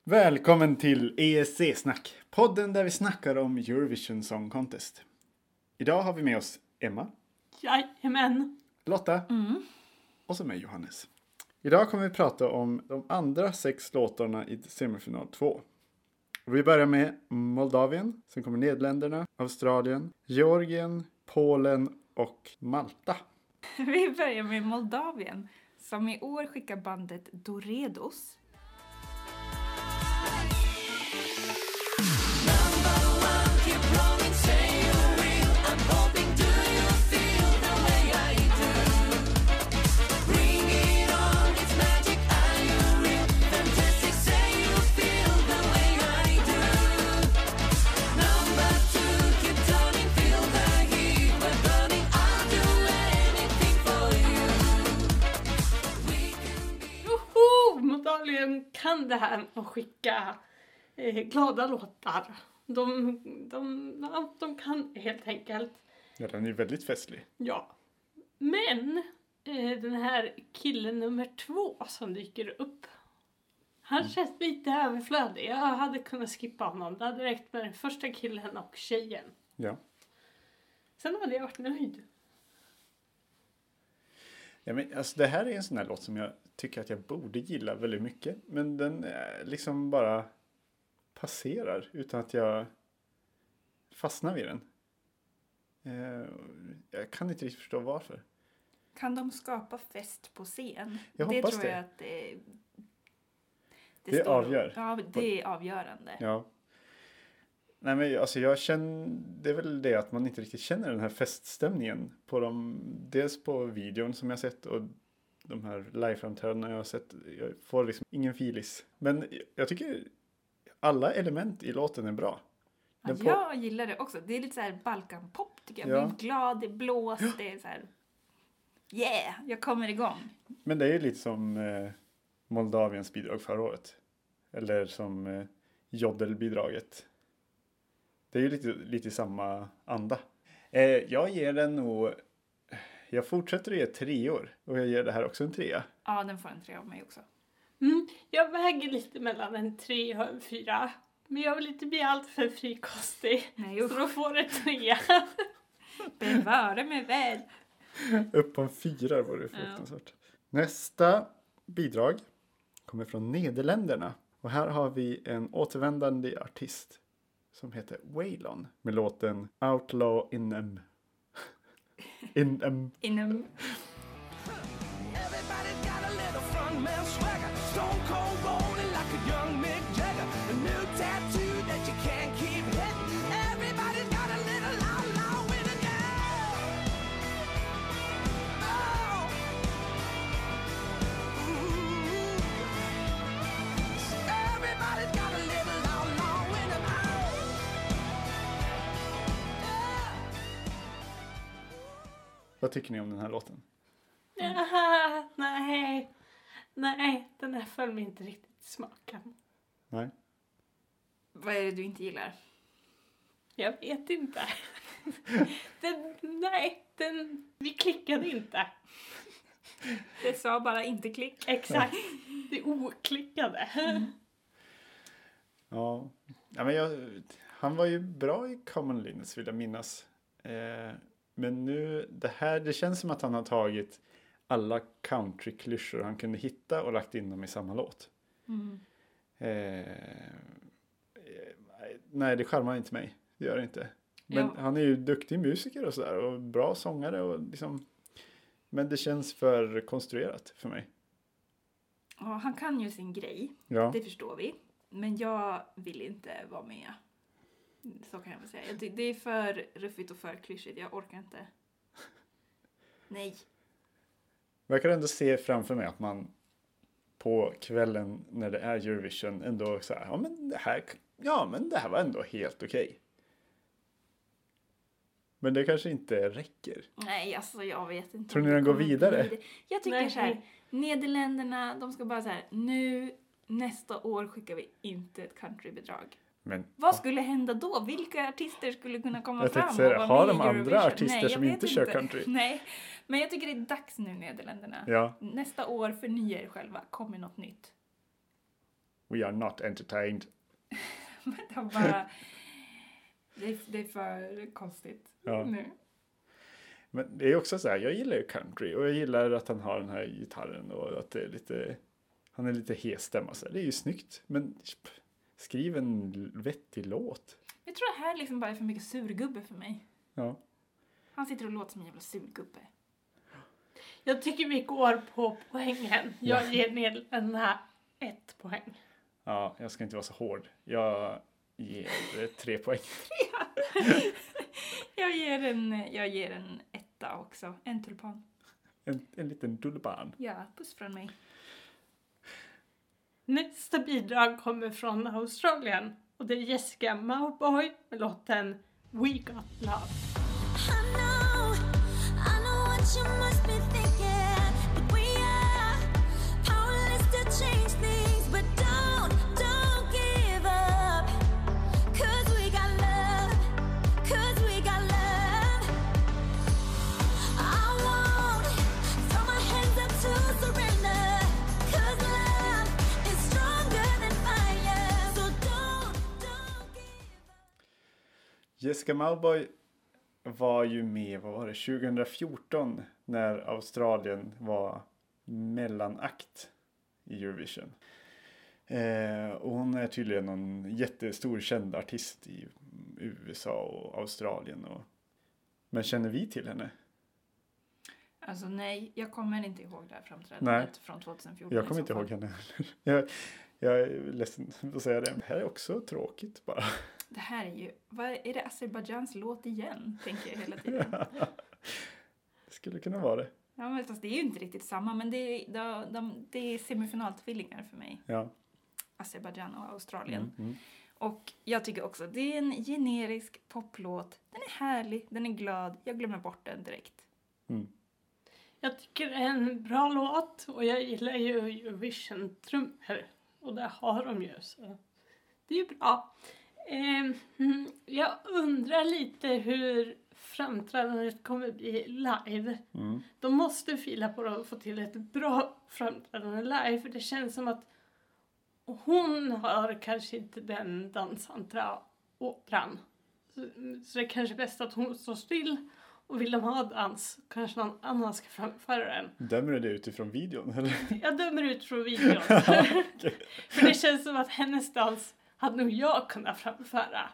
Välkommen till ESC-snack, podden där vi snackar om Eurovision Song Contest. Idag har vi med oss Emma, Jajamän. Lotta och så mig Johannes. Idag kommer vi prata om de andra 6 låtarna i semifinal 2. Vi börjar med Moldavien, sen kommer Nederländerna, Australien, Georgien, Polen och Malta. Vi börjar med Moldavien som i år skickar bandet Doredos. Moldavien kan det här och skicka glada låtar. De kan helt enkelt. Ja, den är väldigt festlig. Ja. Men den här killen nummer 2 som dyker upp. Han känns lite överflödig. Jag hade kunnat skippa honom. Det hade räckt med den första killen och tjejen. Ja. Sen hade jag varit nöjd. Ja, men alltså det här är en sån här låt som jag tycker att jag borde gilla väldigt mycket. Men den liksom bara passerar utan att jag fastnar vid den. Jag kan inte riktigt förstå varför. Kan de skapa fest på scen? Jag det hoppas tror det. jag att Det avgör. Ja, det är avgörande. Ja. Nej, men alltså jag känner, det är väl det att man inte riktigt känner den här feststämningen på dem, dels på videon som jag sett och de här live-framträdandena jag har sett. Jag får liksom ingen filis. Men jag tycker alla element i låten är bra. Ja, jag gillar det också. Det är lite så här Balkanpop tycker jag. Ja. Det är glad, det är blås, det är så här yeah, jag kommer igång. Men det är ju lite som Moldaviens bidrag förra året. Eller som Jodel-bidraget. Det är ju lite samma anda. Jag ger den nog... Jag fortsätter att ge 3 och jag ger det här också en 3. Ja, den får en 3 av mig också. Jag väger lite mellan en 3 och en 4. Men jag vill inte bli allt för frikostig. Nej, så då får det 3. Bevara mig väl. Upp på en 4 var det fruktansvärt. Ja. Nästa bidrag kommer från Nederländerna. Och här har vi en återvändande artist som heter Waylon med låten Outlaw in them. In them. Everybody's got a little frontman swagger, stone cold rolling like a young Mick Jagger, a new tattoo that you can't keep hitting. Everybody's got a little outlaw in it, yeah. Oh. Ooh. Everybody's got a little outlaw in it, oh. Yeah. Vad tycker ni om den här låten? Nej, den här föll mig inte riktigt i smaken. Nej. Vad är det du inte gillar? Jag vet inte. Vi klickade inte. Det sa bara inte klick. Exakt, det oklickade. Ja, men han var ju bra i Common Linus vill jag minnas. Men nu, det känns som att han har tagit alla country-klyschor han kunde hitta och lagt in dem i samma låt. Nej, det charmar inte mig. Det gör det inte. Men han är ju duktig musiker och sådär och bra sångare och liksom, men det känns för konstruerat för mig. Ja, han kan ju sin grej. Ja. Det förstår vi. Men jag vill inte vara med. Så kan jag väl säga. Det är för ruffigt och för klyschigt. Jag orkar inte. Nej. Jag kan ändå se framför mig att man på kvällen när det är Eurovision ändå så här, men det här var ändå helt okej. Men det kanske inte räcker. Nej, alltså jag vet inte. Tror ni den går vidare? Jag tycker så här, Nederländerna, de ska bara så här, nästa år skickar vi inte ett countrybidrag. Men, vad skulle hända då? Vilka artister skulle kunna komma jag fram? Säga, och har vara de med i andra Eurovision? artister Nej, som inte kör country? Nej, men jag tycker det är dags nu, Nederländerna. Ja. Nästa år förnya er själva. Kom med något nytt. We are not entertained. De bara, det är för konstigt Ja. nu. Men det är också så här, jag gillar ju country och jag gillar att han har den här gitarren och att det är lite, han är lite hes-stämma. Så det är ju snyggt, men skriv en vettig låt. Jag tror det här liksom bara är för mycket surgubbe för mig. Ja. Han sitter och låter som en jävla surgubbe. Jag tycker vi går på poängen. Jag ger Nederländerna 1 poäng. Ja, jag ska inte vara så hård. Jag ger 3 poäng. Jag ger en 1 också. En tulpan. En liten tulpan. Ja, puss från mig. Nästa bidrag kommer från Australien. Och det är Jessica Mauboy med låten We Got Love. I know what you must be thinking. That we are powerless to change things, but don't give up. 'Cause we got love. 'Cause we got love. I won't throw my hands up to surrender. 'Cause love is stronger than fire. So don't give up. Jessica Mauboy var ju med, vad var det, 2014 när Australien var mellanakt i Eurovision. Och hon är tydligen någon jättestor känd artist i USA och Australien. Men känner vi till henne? Alltså nej, jag kommer inte ihåg det här framträdandet från 2014. Jag kommer inte ihåg henne heller. Jag är ledsen att säga det. Det här är också tråkigt bara. Det här är ju, är det Azerbajdzjans låt igen? Tänker jag hela tiden. Det skulle kunna vara det. Ja, men fast det är ju inte riktigt samma, men det är semifinaltvillingar för mig. Ja. Azerbajdzjan och Australien. Mm. Och jag tycker också, det är en generisk poplåt. Den är härlig, den är glad. Jag glömmer bort den direkt. Mm. Jag tycker det är en bra låt och jag gillar ju Eurovision-trummor. Och det har de ju, så det är ju bra. Jag undrar lite hur framträdandet kommer bli live. Mm. De måste fila på det och få till ett bra framträdande live. För det känns som att hon har kanske inte den dansanta ådran. Så det är kanske bäst att hon står still. Och vill de ha dans, kanske någon annan ska framföra den. Dömer du det utifrån videon? Eller? Jag dömer ut från videon. Okay. För det känns som att hennes dans hade nog jag kunnat framföra.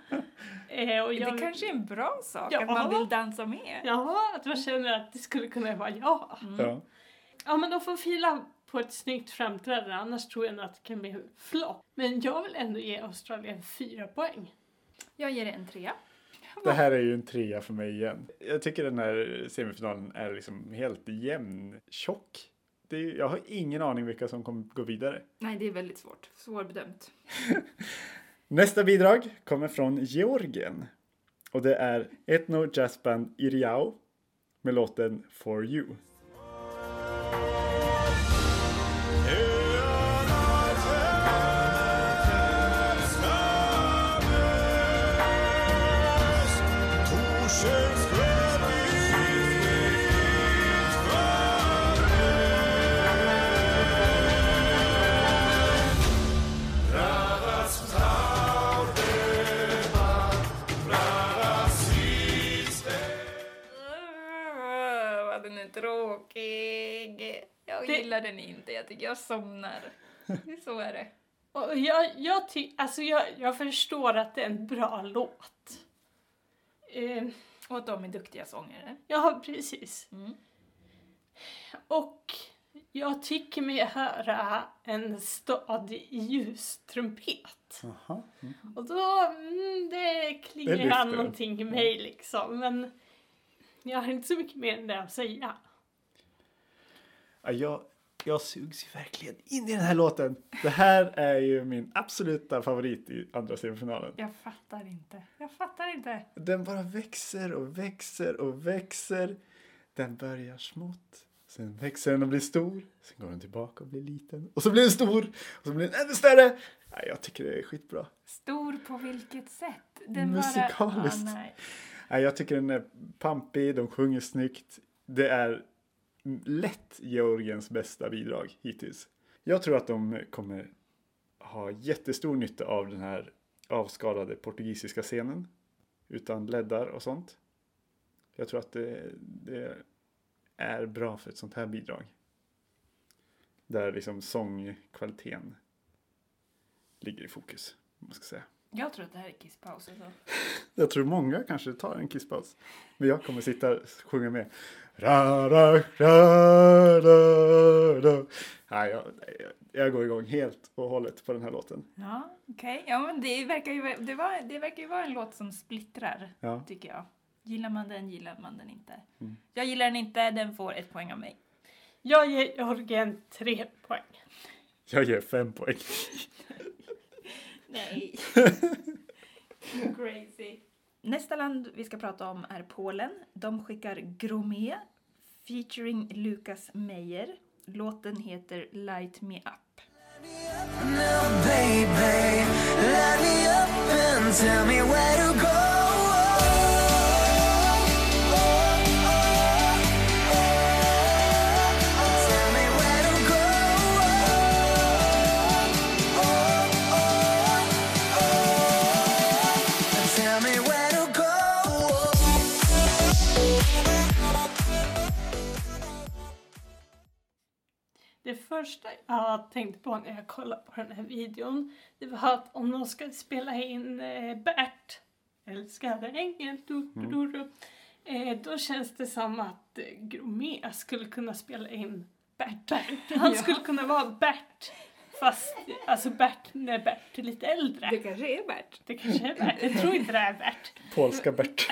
Och jag, Det kanske är en bra sak, Ja. att man vill dansa med. Ja, att man känner att det skulle kunna vara jag. Ja. Ja, men de får fila på ett snyggt framträdande. Annars tror jag att det kan bli en flopp. Men jag vill ändå ge Australien 4 poäng. Jag ger det en 3. Det här är ju en 3 för mig igen. Jag tycker den här semifinalen är liksom helt jämn, tjock. Jag har ingen aning vilka som kommer gå vidare. Nej, det är väldigt svårt. Svårbedömt. Nästa bidrag kommer från Georgien. Och det är Ethno Jazzband Iriau med låten For You. Vad den är tråkig. Jag gillar den inte. Jag tycker jag somnar. Så är det. Och jag förstår att det är en bra låt. Och att de är duktiga sångare. Ja, precis. Mm. Och jag tycker mig höra en stadig ljustrumpet. Aha. Mm. Och då, det klingar Det lyfter an den. någonting i mig liksom. Men jag har inte så mycket mer än det att säga. Ja, jag sugs ju verkligen in i den här låten. Det här är ju min absoluta favorit i andra semifinalen. Jag fattar inte. Den bara växer och växer och växer. Den börjar smått. Sen växer den och blir stor. Sen går den tillbaka och blir liten. Och så blir den stor. Och så blir den ännu större. Nej, jag tycker det är skitbra. Stor på vilket sätt? Musikaliskt. Nej. Nej, jag tycker den är pampig. De sjunger snyggt. Det är lätt Georgiens bästa bidrag hittills. Jag tror att de kommer ha jättestor nytta av den här avskalade portugisiska scenen. Utan leddar och sånt. Jag tror att det är bra för ett sånt här bidrag. Där liksom sångkvaliteten ligger i fokus. Man ska säga. Jag tror att det här är kisspaus. Alltså. Jag tror många kanske tar en kisspaus. Men jag kommer sitta och sjunga med. Ra, ra, ra, ra, ra. Nej, jag går igång helt och hållet på den här låten. Ja, okej. Ja, men det verkar ju vara en låt som splittrar, Ja. tycker jag. Gillar man den inte. Jag gillar den inte, den får 1 poäng av mig. Jag ger Jörgen 3 poäng. Jag ger 5 poäng. Nej. Crazy. Nästa land vi ska prata om är Polen. De skickar Gromé featuring Lukas Meyer. Låten heter Light Me Up. Now, baby, light me up and tell me where to go. Tell me where to go. Tell me where to go. Det första jag tänkte på när jag kollade på den här videon, det var att om de ska spela in Bert, älskade ängel, då känns det som att Gromé skulle kunna spela in Bert. Han skulle kunna vara Bert, fast alltså Bert när Bert är lite äldre. Det kanske är Bert. Det kanske är Bert. Jag tror inte det är Bert. Polska Bert.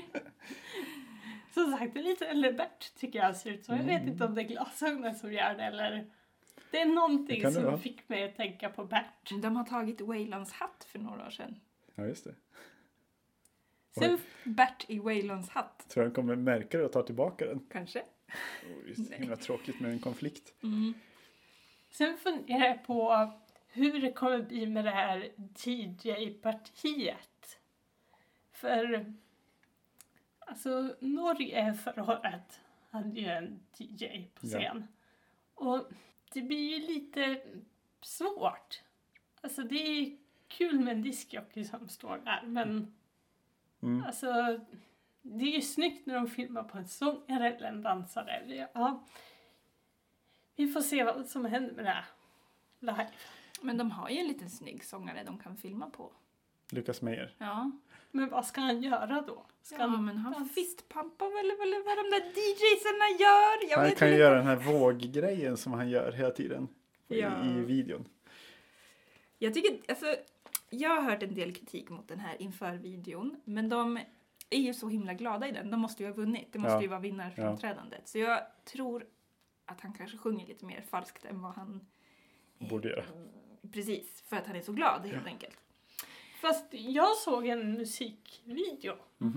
Som sagt, det är lite äldre Bert tycker jag ser ut så. Jag vet inte om det är glasögonen som gör det eller... Det är någonting Det som vara. fick mig att tänka på Bert. De har tagit Waylons hatt för några år sedan. Ja, just det. Sen, Bert i Waylons hatt. Tror jag kommer märka det och ta tillbaka den. Kanske. Det är så himla tråkigt med en konflikt. sen funderar jag på hur det kommer bli med det här DJ-partiet. För alltså Norge förra året hade ju en DJ på scen. Och det blir ju lite svårt. Alltså det är kul med en diskjockey som står där. Men alltså det är ju snyggt när de filmar på en sångare eller en dansare. Ja. Vi får se vad som händer med det här live. Men de har ju en liten snygg sångare de kan filma på. Lukas Meyer. Ja. Men vad ska han göra då? Ska Ja, men han fistpampar väl vad de där DJsarna gör. Han kan ju göra den här våggrejen som han gör hela tiden Ja. i videon. Jag tycker, alltså, jag har hört en del kritik mot den här inför videon. Men de är ju så himla glada i den. De måste ju ha vunnit. Det måste ju vara vinnarframträdandet. Så jag tror att han kanske sjunger lite mer falskt än vad han... Borde göra. Precis, för att han är så glad helt enkelt. Fast jag såg en musikvideo.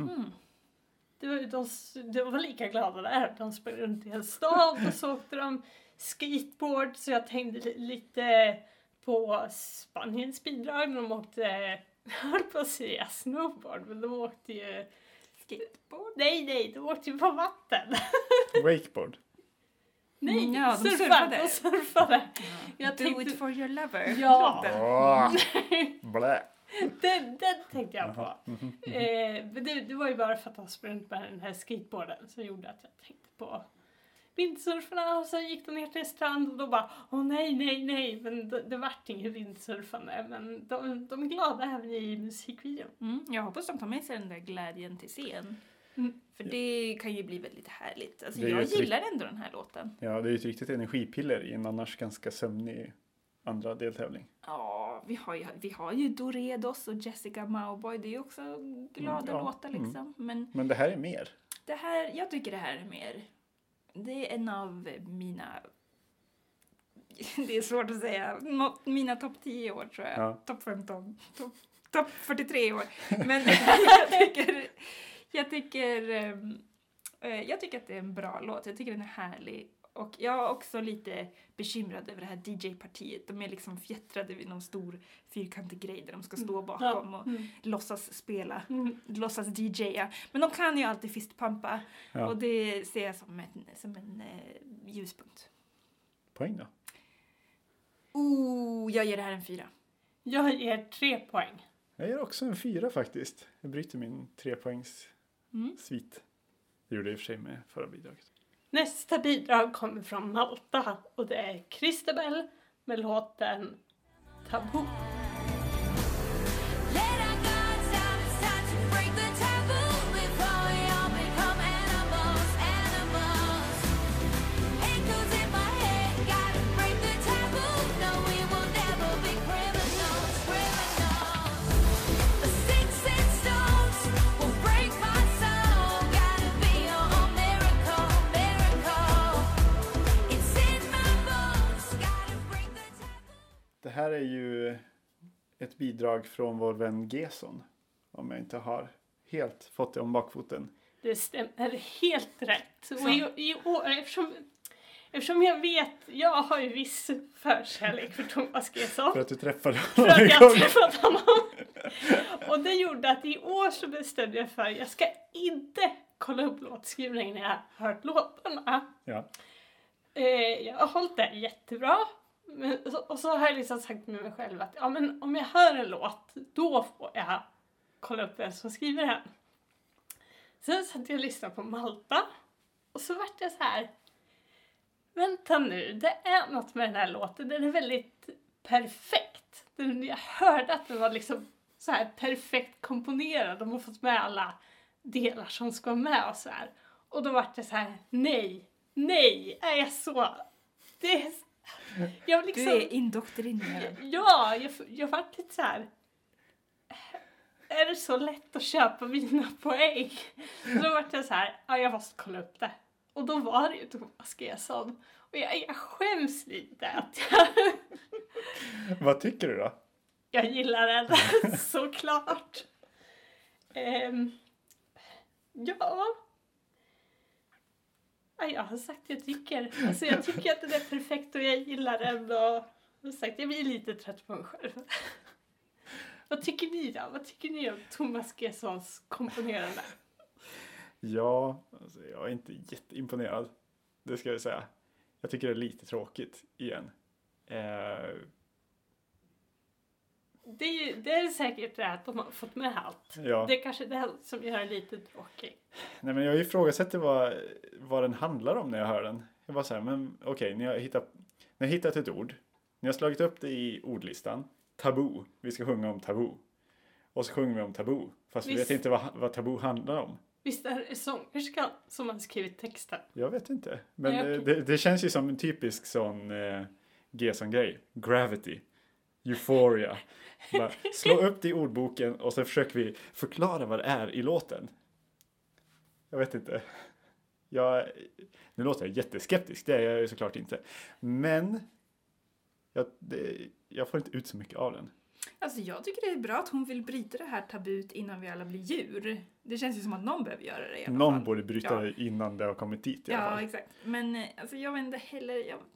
De var lika glada där. De spelade runt i en stad och så åkte de skateboard. Så jag tänkte lite på Spaniens bidrag. De åkte, jag höll på att säga snowboard. Men de åkte ju... Skateboard? Nej, de åkte ju på vatten. Wakeboard. Nej, Ja, de de surfade. Jag Do it for your lover. Ja. Blä. Den tänkte jag på. Men det var ju bara för att de sprang runt med den här skateboarden som gjorde att jag tänkte på vindsurfarna. Och sen gick de ner till en strand och då bara, nej. Men det vart ingen vindsurfande. Men de är glada även i musikvideon. Jag hoppas de tar med sig den där glädjen till scen. För det kan ju bli väldigt härligt. Alltså, Det är ju jag ett gillar ändå den här låten. Ja, det är ju ett riktigt energipiller i en annars ganska sömnig andra deltävling. Ja, vi har ju Doredos och Jessica Mauboy. Det är ju också glada låtar liksom. Men det här är mer. jag tycker det här är mer. Det är en av mina... Det är svårt att säga. Mina topp 10 år tror jag. Ja. Topp 15. Topp 43 år. Men jag tycker att det är en bra låt. Jag tycker den är härlig. Och jag är också lite bekymrad över det här DJ-partiet. De är liksom fjättrade vid någon stor fyrkantig grej där de ska stå bakom och låtsas spela, låtsas DJa. Men de kan ju alltid fistpumpa. Ja. Och det ser jag som en ljuspunkt. Poäng då? Jag ger det här en 4. Jag ger 3 poäng. Jag ger också en 4 faktiskt. Jag bryter min 3-poängs svit. Det gjorde jag i och för sig med förra bidraget. Nästa bidrag kommer från Malta och det är Christabel med låten Tabu. Let our guards down, it's time to break the taboo before we all become animals, animals. Echoes in my head, gotta break the taboo. No, we will never be criminals, criminals. The sticks and stones will break my soul. Gotta be your own miracle, miracle. It's in my bones, gotta break the taboo. Det här är ju ett bidrag från vår vän Gesson. Om jag inte har helt fått det om bakfoten. Det stämmer helt rätt. Och i år, eftersom jag vet, jag har ju viss förkärlek för Thomas Gesson. För att du träffade För honom att en jag gång. träffat honom. Och det gjorde att i år så bestämde jag för att jag ska inte kolla upp låtskrivningen när jag har hört låtarna. Ja. Jag har hållit det jättebra. Och så har jag liksom sagt med mig själv att ja, men om jag hör en låt, då får jag kolla upp vem som skriver den. Sen satt jag och lyssnade på Malta. Och så vart jag så här. Vänta nu, det är något med den här låten. Den är väldigt perfekt. Jag hörde att den var liksom så här perfekt komponerad. De har fått med alla delar som ska vara med och så här. Och då vart det så här, nej, är jag så... Det är... Jag liksom, Du är indoktrinerad. ja, jag vart lite så här. Är det så lätt att köpa mina poäng? Så då vart jag så här, ja, jag måste kolla upp det. Och då var det ju Thomas Gesson. Och jag skäms lite att Vad tycker du då? jag gillar den såklart. Ja. Ja, jag har sagt jag tycker att det är perfekt och jag gillar den. Och jag har sagt jag blir lite trött på mig själv. Vad tycker ni då? Vad tycker ni om Thomas Gessons komponerande? Ja, alltså jag är inte jätteimponerad. Det ska jag säga. Jag tycker det är lite tråkigt igen. Det är säkert det att de har fått med allt. Ja. Det är kanske det som gör det lite tråkigt. Nej, men jag ifrågasätter vad den handlar om när jag hör den. Jag var så här, men okej, ni har hittat ett ord. Ni har slagit upp det i ordlistan. Tabu. Vi ska sjunga om tabu. Och så sjunger vi om tabu. Fast vi Visst. vet inte vad tabu handlar om. Visst är det sångerskan som har skrivit texten? Jag vet inte. Men Nej, okej. det känns ju som en typisk sån Gesson-grej. Gravity. Euphoria. Bara, slå upp det i ordboken och så försöker vi förklara vad det är i låten. Jag vet inte. Nu låter jag jätteskeptisk. Det är jag ju såklart inte. Men jag får inte ut så mycket av den. Alltså jag tycker det är bra att hon vill bryta det här tabut innan vi alla blir djur. Det känns ju som att någon behöver göra det i alla Någon fall. borde bryta det innan det har kommit dit i alla fall. Ja, exakt. Men alltså jag vet inte heller,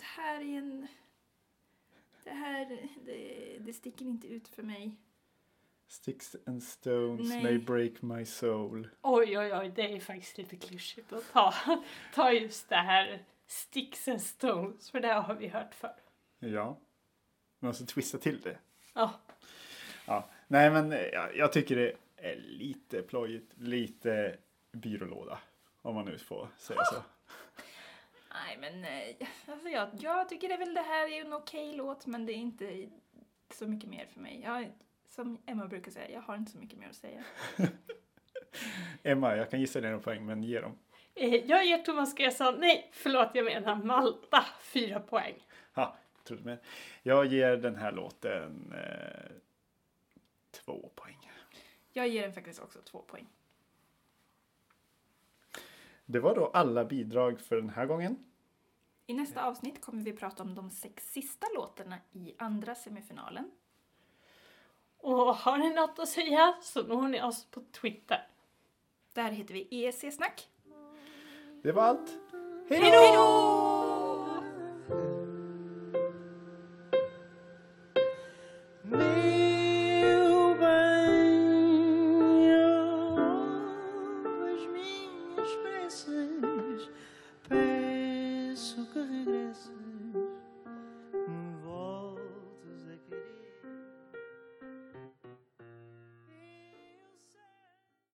det sticker inte ut för mig. Sticks and stones Nej. may break my soul. Oj, det är faktiskt lite klyschigt att ta just det här sticks and stones. För det har vi hört förr. Ja. Man måste twista till det. Ja. Ja. Nej, men jag tycker det är lite plojigt. Lite byrålåda. Om man nu får säga så. Nej, men alltså jag tycker det väl det här är en okej låt, men det är inte så mycket mer för mig. Som Emma brukar säga, jag har inte så mycket mer att säga. Emma, jag kan gissa dina poäng, men ge dem. Jag ger Thomas Gesson, jag menar Malta 4 poäng. Ha, trodde mer. Jag ger den här låten 2 poäng. Jag ger den faktiskt också 2 poäng. Det var då alla bidrag för den här gången. I nästa avsnitt kommer vi prata om de 6 sista låtarna i andra semifinalen. Och har ni något att säga så når ni oss på Twitter. Där heter vi ESC-snack. Det var allt. Hej Hej då!